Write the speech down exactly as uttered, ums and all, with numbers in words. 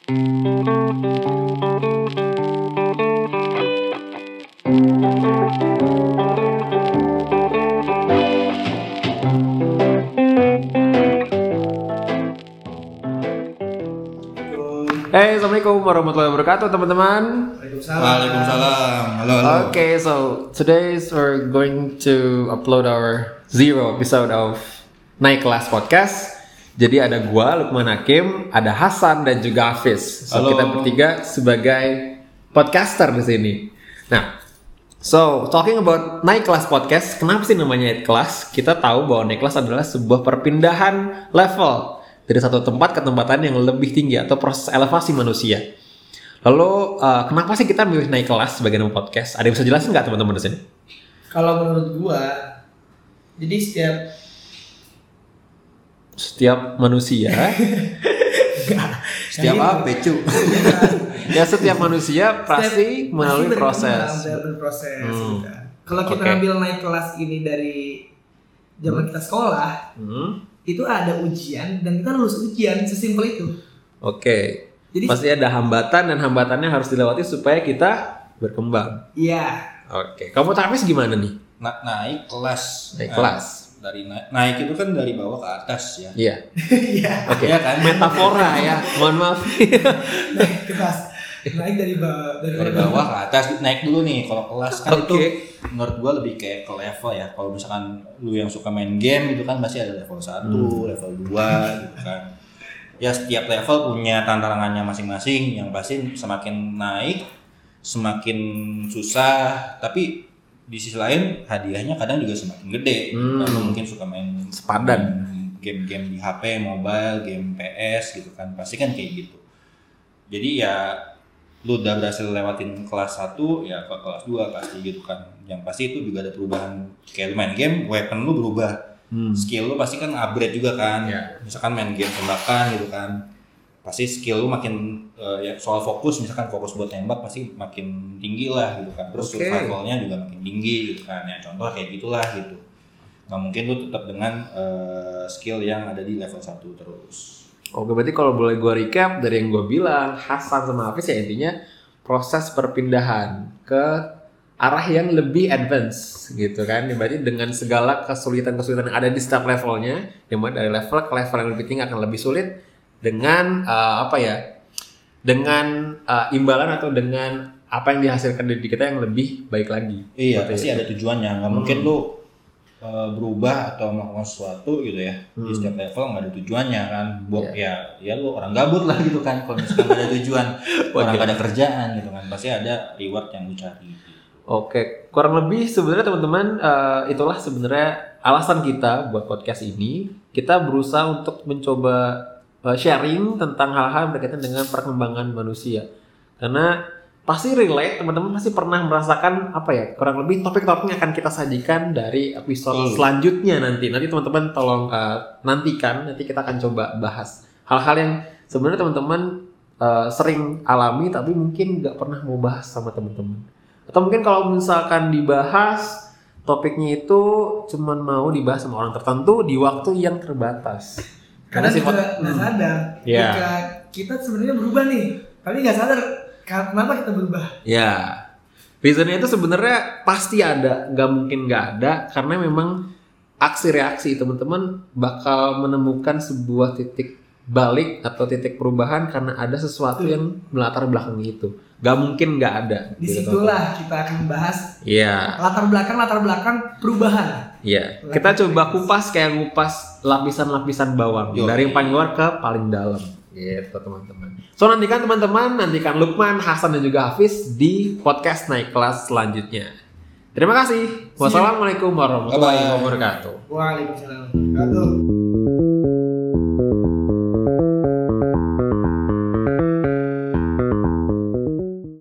Hey, assalamualaikum warahmatullahi wabarakatuh, teman-teman. Waalaikumsalam. Waalaikumsalam. Halo, halo. Okay, so today we're going to upload our zero episode of Naik Kelas Podcast. Jadi ada gua, Lukman Hakim, ada Hasan dan juga Hafiz. So Halo. kita bertiga sebagai podcaster di sini. Nah, so talking about Naik Kelas Podcast, kenapa sih namanya Naik Kelas? Kita tahu bahwa naik kelas adalah sebuah perpindahan level dari satu tempat ke tempatan yang lebih tinggi atau proses elevasi manusia. Lalu uh, kenapa sih kita milih naik kelas sebagai nama podcast? Ada yang bisa jelasin nggak teman-teman di sini? Kalau menurut gua, jadi setiap Setiap manusia, Setiap apa, cu? ya setiap manusia pasti melalui proses. berproses. Hmm. Gitu kan. Kalau kita Oke. ngambil naik kelas ini dari zaman kita sekolah, Hmm. itu ada ujian dan kita lulus ujian, sesimpel itu. Oke. Jadi Pasti ada hambatan dan hambatannya harus dilewati supaya kita berkembang. iya. Oke. Kamu Hafiz gimana nih? Na- naik kelas. Naik Nah, kelas. Dari naik, naik itu kan dari bawah ke atas ya. Iya. Iya. Oke. Iya kan? Metafora ya. Mohon maaf. Naik kelas. Naik dari bawah dari, Dari bawah ke atas naik dulu nih. Kalau kelas kan Oke. itu menurut gua lebih kayak ke level ya. Kalau misalkan lu yang suka main game itu kan masih ada level satu, level dua gitu kan. Ya setiap level punya tantangannya masing-masing. Yang pasti semakin naik semakin susah, tapi di sisi lain hadiahnya kadang juga semakin gede. Hmm. Lalu mungkin suka main Sepadan. main game-game di H P, mobile, game P S gitu kan. Pasti kan kayak gitu. Jadi ya lu udah berhasil lewatin kelas satu ya ke kelas dua pasti gitu kan. Yang pasti itu juga ada perubahan. Kayak lu main game, weapon lu berubah. Hmm. Skill lu pasti kan upgrade juga kan. Ya. Misalkan main game tembakan gitu kan. Pasti skill lu makin uh, ya soal fokus, misalkan fokus buat tembak pasti makin tinggi lah gitu kan. Terus Oke. survivalnya juga makin tinggi gitu kan. Ya contoh kayak gitulah gitu. Nggak mungkin lu tetap dengan uh, skill yang ada di level satu terus. Oke, berarti kalau boleh gue recap dari yang gue bilang, Hasan sama Hafiz ya intinya proses perpindahan ke arah yang lebih advance gitu kan. Berarti dengan segala kesulitan-kesulitan yang ada di setiap levelnya, dimana dari level ke level yang lebih tinggi akan lebih sulit dengan uh, apa ya? Dengan uh, imbalan atau dengan apa yang dihasilkan dari kita yang lebih baik lagi. Iya, Seperti pasti itu. ada tujuannya. Nggak mungkin lu uh, berubah atau melakukan sesuatu gitu ya. Di Hmm. setiap level nggak ada tujuannya kan. Buat Iya. ya, ya lu orang gabut lah gitu kan. Kalau misalkan nggak ada tujuan, orang nggak ada kerjaan gitu kan. Pasti ada reward yang lu cari. Gitu. Oke, kurang lebih sebenarnya teman-teman uh, itulah sebenarnya alasan kita buat podcast ini. Kita berusaha untuk mencoba uh, sharing tentang hal-hal yang berkaitan dengan perkembangan manusia. Karena pasti relate, teman-teman pasti pernah merasakan apa ya, kurang lebih topik-topik yang akan kita sajikan dari episode Hmm. selanjutnya nanti. Nanti teman-teman tolong uh, nantikan, nanti kita akan coba bahas hal-hal yang sebenarnya teman-teman uh, sering alami tapi mungkin nggak pernah mau bahas sama teman-teman. Atau mungkin kalau misalkan dibahas topiknya itu cuman mau dibahas sama orang tertentu di waktu yang terbatas. Kadang sifat- juga nggak Hmm. sadar. Iya. Ketika kita sebenarnya berubah nih, tapi nggak sadar kenapa kita berubah. Ya, reasonnya itu sebenarnya pasti ada, nggak mungkin nggak ada, karena memang aksi reaksi teman-teman bakal menemukan sebuah titik balik atau titik perubahan karena ada sesuatu yang melatar belakangi itu. Gak mungkin nggak ada. Disitulah kita akan membahas Iya, latar belakang latar belakang perubahan. iya. Kita coba kupas kayak ngupas lapisan-lapisan bawang Yo. dari yang paling luar ke paling dalam. Gitu teman-teman. So nantikan teman-teman, nantikan Lukman, Hasan dan juga Hafiz di podcast Naik Kelas selanjutnya. Terima kasih. Wassalamualaikum warahmatullahi Bye-bye. wabarakatuh. Waalaikumsalam. Wabarakatuh.